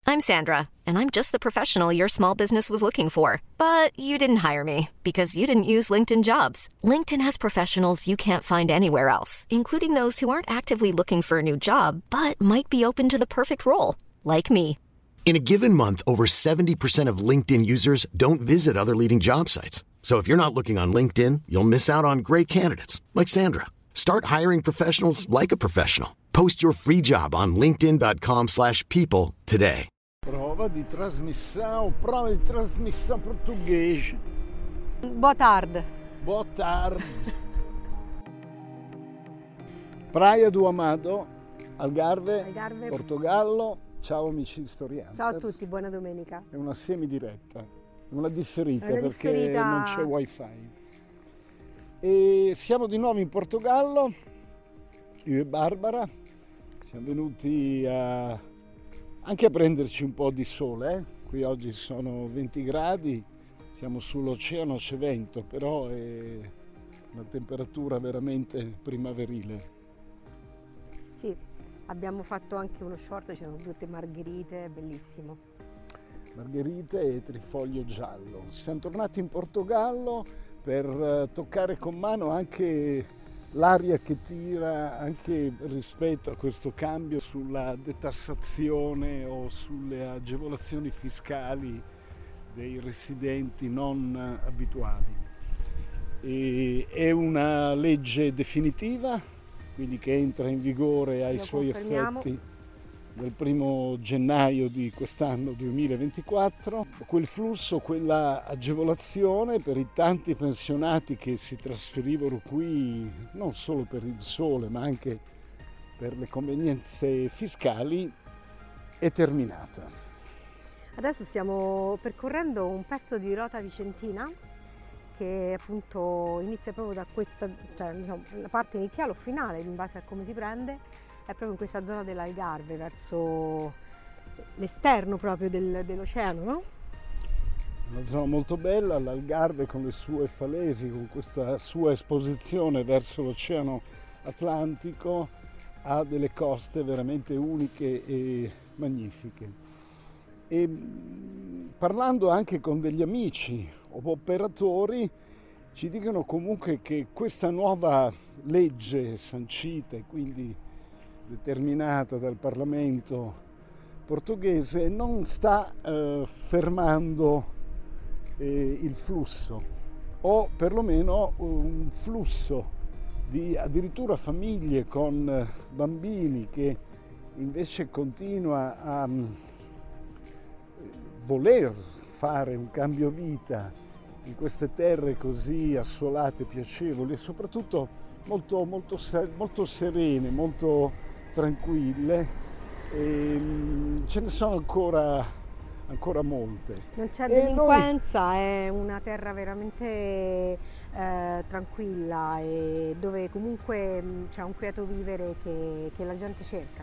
I'm Sandra, and I'm just the professional your small business was looking for. But you didn't hire me because you didn't use LinkedIn Jobs. LinkedIn has professionals you can't find anywhere else, including those who aren't actively looking for a new job, but might be open to the perfect role, like me. In a given month, over 70% of LinkedIn users don't visit other leading job sites. So if you're not looking on LinkedIn, you'll miss out on great candidates like Sandra. Start hiring professionals like a professional. Post your free job on linkedin.com/people today. Prova di trasmissão português. Boa tarde. Boa tarde. Praia do Amado, Algarve, Portogallo. Ciao amici di Storyhunters. Ciao a tutti, buona domenica. È una semidiretta, una differita perché non c'è wifi. E siamo di nuovo in Portogallo, io e Barbara. Siamo venuti anche a prenderci un po' di sole. Qui oggi sono 20 gradi, siamo sull'oceano, c'è vento, però è una temperatura veramente primaverile. Sì, abbiamo fatto anche uno short, ci sono tutte margherite, bellissimo. Margherite e trifoglio giallo. Siamo tornati in Portogallo per toccare con mano anche l'aria che tira anche rispetto a questo cambio sulla detassazione o sulle agevolazioni fiscali dei residenti non abituali. È una legge definitiva, quindi che entra in vigore ai suoi effetti dal 1 gennaio di quest'anno 2024. Quel flusso, quella agevolazione per i tanti pensionati che si trasferivano qui non solo per il sole ma anche per le convenienze fiscali è terminata. Adesso stiamo percorrendo un pezzo di Rota Vicentina che appunto inizia proprio da questa, cioè diciamo, la parte iniziale o finale in base a come si prende. È proprio in questa zona dell'Algarve, verso l'esterno proprio dell'oceano, no? Una zona molto bella, l'Algarve con le sue falesi, con questa sua esposizione verso l'Oceano Atlantico, ha delle coste veramente uniche e magnifiche. E parlando anche con degli amici o operatori, ci dicono comunque che questa nuova legge sancita e quindi determinata dal Parlamento portoghese non sta fermando il flusso, o perlomeno un flusso di addirittura famiglie con bambini che invece continua a voler fare un cambio vita in queste terre così assolate, piacevoli e soprattutto molto serene, molto tranquille, e ce ne sono ancora molte. Non c'è delinquenza, è una terra veramente tranquilla e dove comunque c'è un quieto vivere che la gente cerca.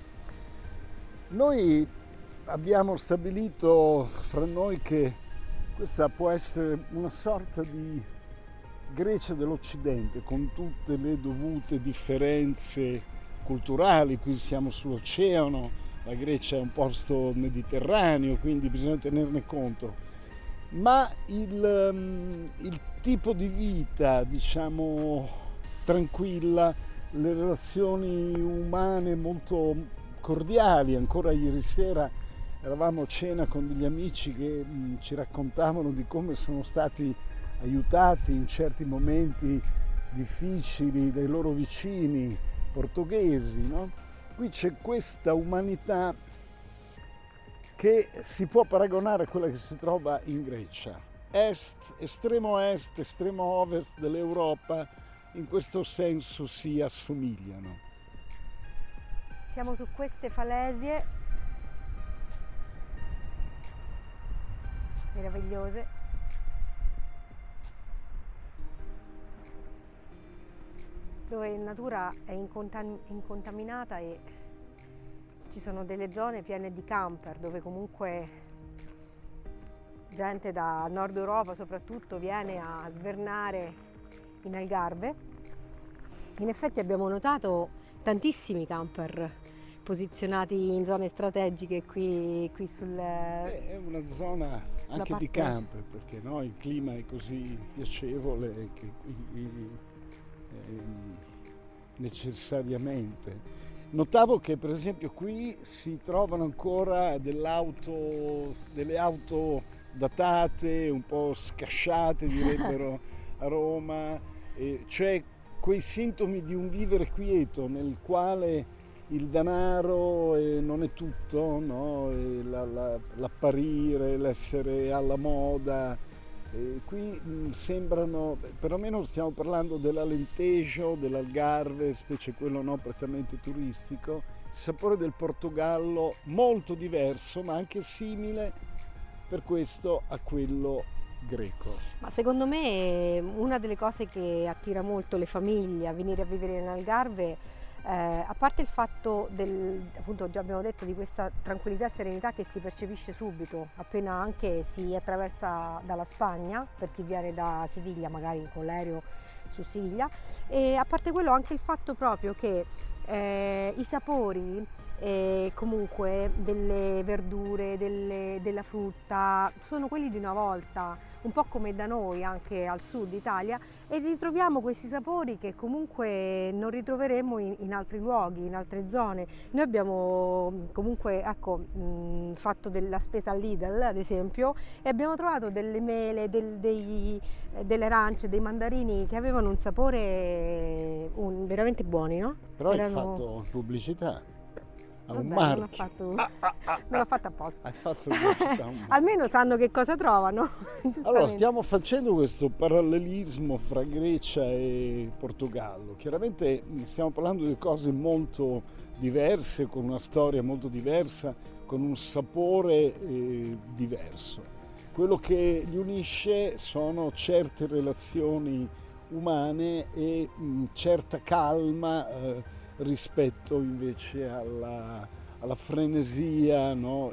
Noi abbiamo stabilito fra noi che questa può essere una sorta di Grecia dell'Occidente, con tutte le dovute differenze culturali. Qui siamo sull'oceano, la Grecia è un posto mediterraneo, quindi bisogna tenerne conto, ma il tipo di vita, diciamo, tranquilla, le relazioni umane molto cordiali. Ancora ieri sera eravamo a cena con degli amici che ci raccontavano di come sono stati aiutati in certi momenti difficili dai loro vicini portoghesi, no? Qui c'è questa umanità che si può paragonare a quella che si trova in Grecia. Estremo est, estremo ovest dell'Europa, in questo senso si assomigliano. Siamo su queste falesie meravigliose. Dove in natura è incontaminata e ci sono delle zone piene di camper dove comunque gente da Nord Europa soprattutto viene a svernare in Algarve. In effetti abbiamo notato tantissimi camper posizionati in zone strategiche qui È una zona anche di campo, perché no, il clima è così piacevole che quindi necessariamente. Notavo che per esempio qui si trovano ancora delle auto datate, un po' scasciate direbbero a Roma, cioè quei sintomi di un vivere quieto nel quale il denaro non è tutto, no? L'apparire, l'essere alla moda. Qui sembrano, perlomeno stiamo parlando dell'Alentejo, dell'Algarve, specie quello no, prettamente turistico, il sapore del Portogallo molto diverso ma anche simile per questo a quello greco. Ma secondo me una delle cose che attira molto le famiglie a venire a vivere in Algarve, a parte il fatto appunto già abbiamo detto di questa tranquillità e serenità che si percepisce subito appena anche si attraversa dalla Spagna, per chi viene da Siviglia magari con l'aereo su Siviglia, e a parte quello anche il fatto proprio che i sapori comunque delle verdure, della frutta sono quelli di una volta, un po' come da noi anche al sud Italia, e ritroviamo questi sapori che comunque non ritroveremo in altri luoghi, in altre zone. Noi abbiamo comunque fatto della spesa all'Idl ad esempio e abbiamo trovato delle mele, delle arance, dei mandarini che avevano un sapore veramente buoni, no? Però hai fatto pubblicità. Vabbè, un marchio. Non l'ho fatto apposta. Hai fatto pubblicità. Almeno sanno che cosa trovano. Allora, stiamo facendo questo parallelismo fra Grecia e Portogallo. Chiaramente stiamo parlando di cose molto diverse, con una storia molto diversa, con un sapore diverso. Quello che li unisce sono certe relazioni umane e certa calma rispetto invece alla frenesia, no?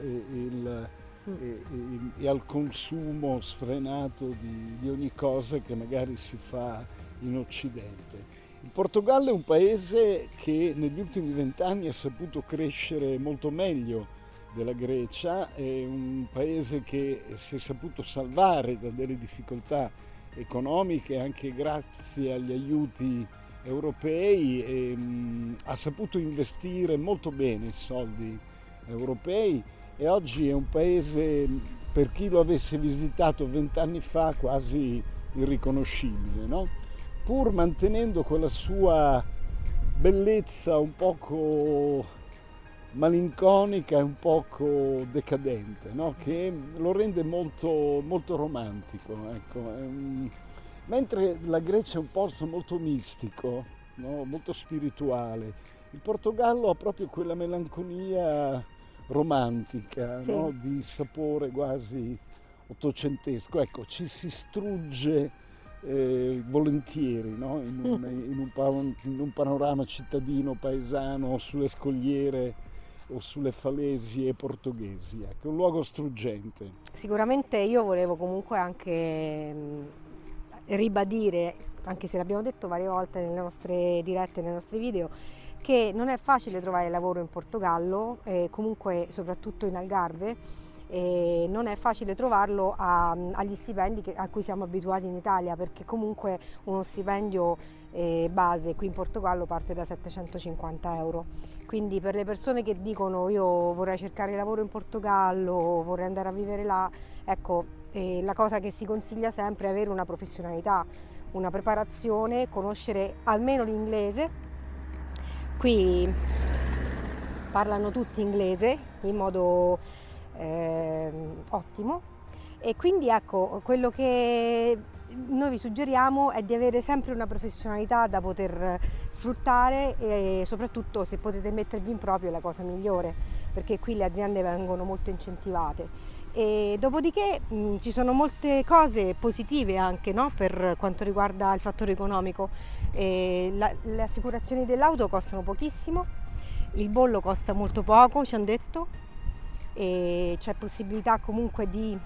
e al consumo sfrenato di ogni cosa che magari si fa in Occidente. Il Portogallo è un paese che negli ultimi 20 anni ha saputo crescere molto meglio della Grecia, è un paese che si è saputo salvare da delle difficoltà economiche anche grazie agli aiuti europei e ha saputo investire molto bene i soldi europei e oggi è un paese, per chi lo avesse visitato 20 anni fa, quasi irriconoscibile, no? Pur mantenendo quella sua bellezza un poco malinconica e un poco decadente, no? Che lo rende molto, molto romantico, ecco. Mentre la Grecia è un posto molto mistico, no? Molto spirituale, il Portogallo ha proprio quella melanconia romantica, sì. No? Di sapore quasi ottocentesco. Ecco, ci si strugge volentieri, no? in un panorama cittadino, paesano, sulle scogliere o sulle falesie portoghesi. Ecco, un luogo struggente. Sicuramente io volevo comunque anche ribadire, anche se l'abbiamo detto varie volte nelle nostre dirette, nei nostri video, che non è facile trovare lavoro in Portogallo, comunque soprattutto in Algarve, non è facile trovarlo agli stipendi a cui siamo abituati in Italia, perché comunque uno stipendio base qui in Portogallo parte da 750 euro. Quindi per le persone che dicono io vorrei cercare lavoro in Portogallo, vorrei andare a vivere là, ecco, la cosa che si consiglia sempre è avere una professionalità, una preparazione, conoscere almeno l'inglese. Qui parlano tutti inglese in modo ottimo e quindi ecco, quello che noi vi suggeriamo è di avere sempre una professionalità da poter sfruttare e soprattutto se potete mettervi in proprio è la cosa migliore, perché qui le aziende vengono molto incentivate. E dopodiché ci sono molte cose positive anche, no? Per quanto riguarda il fattore economico. Le assicurazioni dell'auto costano pochissimo, il bollo costa molto poco, ci hanno detto, e c'è possibilità comunque di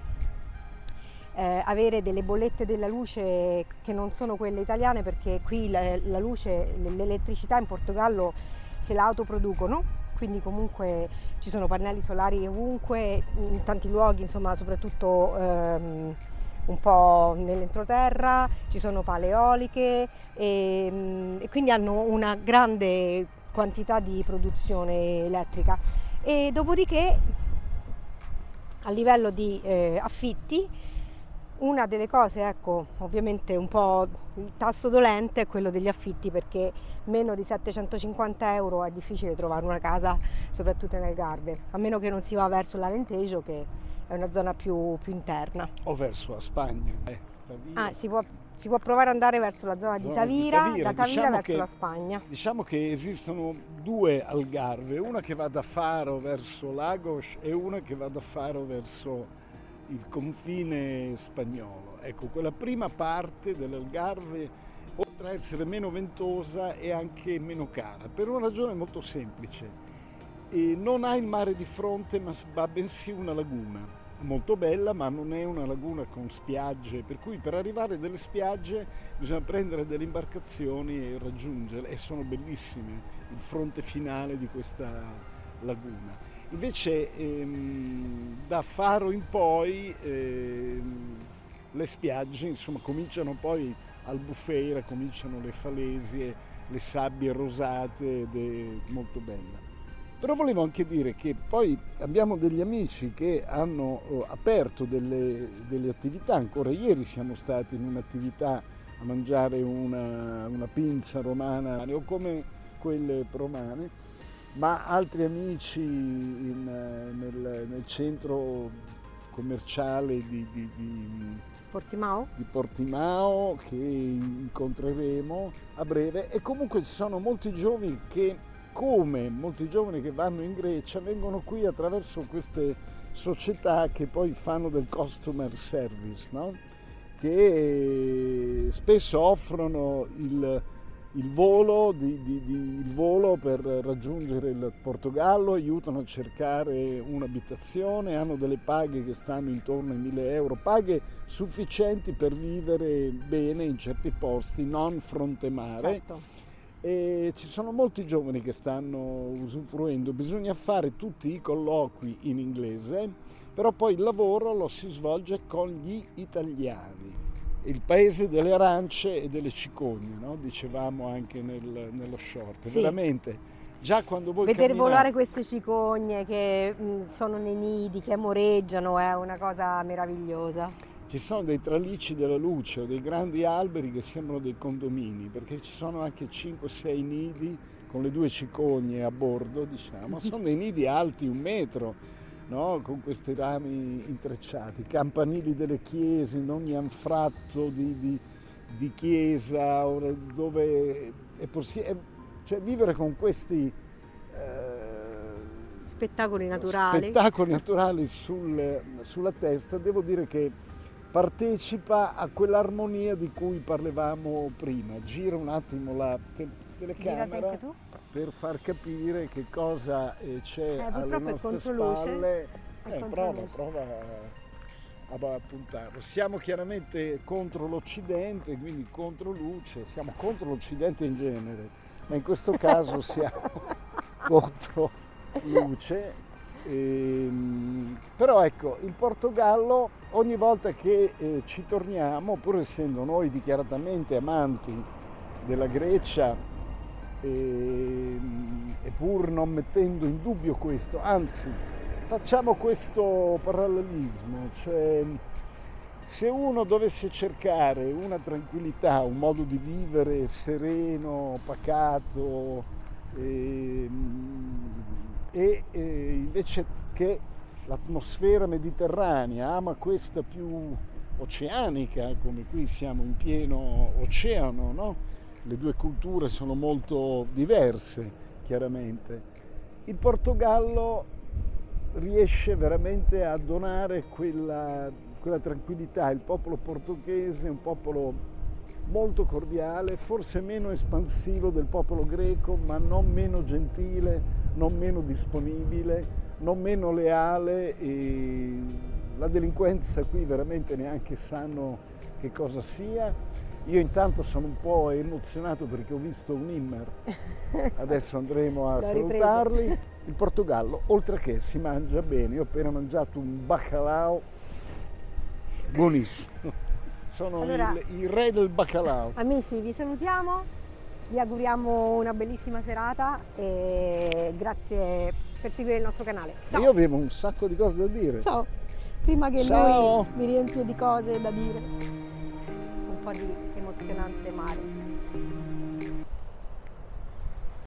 avere delle bollette della luce che non sono quelle italiane, perché qui la luce, l'elettricità in Portogallo se la autoproducono, quindi comunque ci sono pannelli solari ovunque, in tanti luoghi, insomma, soprattutto un po' nell'entroterra, ci sono pale eoliche e quindi hanno una grande quantità di produzione elettrica. E dopodiché a livello di affitti, una delle cose, ecco, ovviamente un po' il tasto dolente è quello degli affitti, perché meno di 750 euro è difficile trovare una casa, soprattutto nel Algarve, a meno che non si va verso l'Alentejo, che è una zona più interna. O verso la Spagna. Si può provare ad andare verso la zona di Tavira, da Tavira diciamo verso la Spagna. Diciamo che esistono due Algarve, una che va da Faro verso Lagos e una che va da Faro verso il confine spagnolo. Ecco, quella prima parte dell'Algarve, oltre a essere meno ventosa, è anche meno cara, per una ragione molto semplice. Non ha il mare di fronte, ma ha bensì una laguna molto bella, ma non è una laguna con spiagge, per cui per arrivare delle spiagge bisogna prendere delle imbarcazioni e raggiungerle, e sono bellissime il fronte finale di questa laguna. Invece da Faro in poi le spiagge, insomma, cominciano poi Albufeira, cominciano le falesie, le sabbie rosate, ed è molto bella. Però volevo anche dire che poi abbiamo degli amici che hanno aperto delle attività. Ancora ieri siamo stati in un'attività a mangiare una pinza romana, o come quelle romane, ma altri amici nel centro commerciale di Portimao, che incontreremo a breve. E comunque ci sono molti giovani che, come molti giovani che vanno in Grecia, vengono qui attraverso queste società che poi fanno del customer service, no? Che spesso offrono il volo per raggiungere il Portogallo, aiutano a cercare un'abitazione, hanno delle paghe che stanno intorno ai 1.000 euro, paghe sufficienti per vivere bene in certi posti, non fronte mare. Certo. E ci sono molti giovani che stanno usufruendo. Bisogna fare tutti i colloqui in inglese, però poi il lavoro lo si svolge con gli italiani. Il paese delle arance e delle cicogne, no? Dicevamo anche nello short. Sì. Veramente, già quando voi vedere camminate... volare queste cicogne che sono nei nidi, che amoreggiano, è una cosa meravigliosa. Ci sono dei tralicci della luce o dei grandi alberi che sembrano dei condomini, perché ci sono anche 5-6 nidi con le 2 cicogne a bordo, diciamo. Sono dei nidi alti 1 metro, no? Con questi rami intrecciati, campanili delle chiese in ogni anfratto di chiesa, dove è possibile, cioè vivere con questi spettacoli naturali sulla testa. Devo dire che partecipa a quell'armonia di cui parlavamo prima. Gira un attimo la telecamera per far capire che cosa c'è alle nostre spalle. Prova a puntarlo. Siamo chiaramente contro l'Occidente, quindi contro luce, siamo contro l'Occidente in genere, ma in questo caso siamo contro luce. Però ecco, il Portogallo, ogni volta che ci torniamo, pur essendo noi dichiaratamente amanti della Grecia e pur non mettendo in dubbio questo, anzi facciamo questo parallelismo, cioè se uno dovesse cercare una tranquillità, un modo di vivere sereno, pacato, e invece che l'atmosfera mediterranea ama questa più oceanica, come qui siamo in pieno oceano, no? Le due culture sono molto diverse, chiaramente. Il Portogallo riesce veramente a donare quella tranquillità. Il popolo portoghese è un popolo molto cordiale, forse meno espansivo del popolo greco, ma non meno gentile, non meno disponibile, non meno leale, e la delinquenza qui veramente neanche sanno che cosa sia. Io intanto sono un po' emozionato perché ho visto un Immer, adesso andremo a salutarli. Il Portogallo, oltre che si mangia bene, io ho appena mangiato un baccalao buonissimo, sono allora, i re del baccalao. Amici, vi salutiamo, vi auguriamo una bellissima serata e grazie per seguire il nostro canale. Ciao. Io avevo un sacco di cose da dire. Ciao, prima che Ciao. lui mi riempie di cose da dire, un po' di emozionante mare.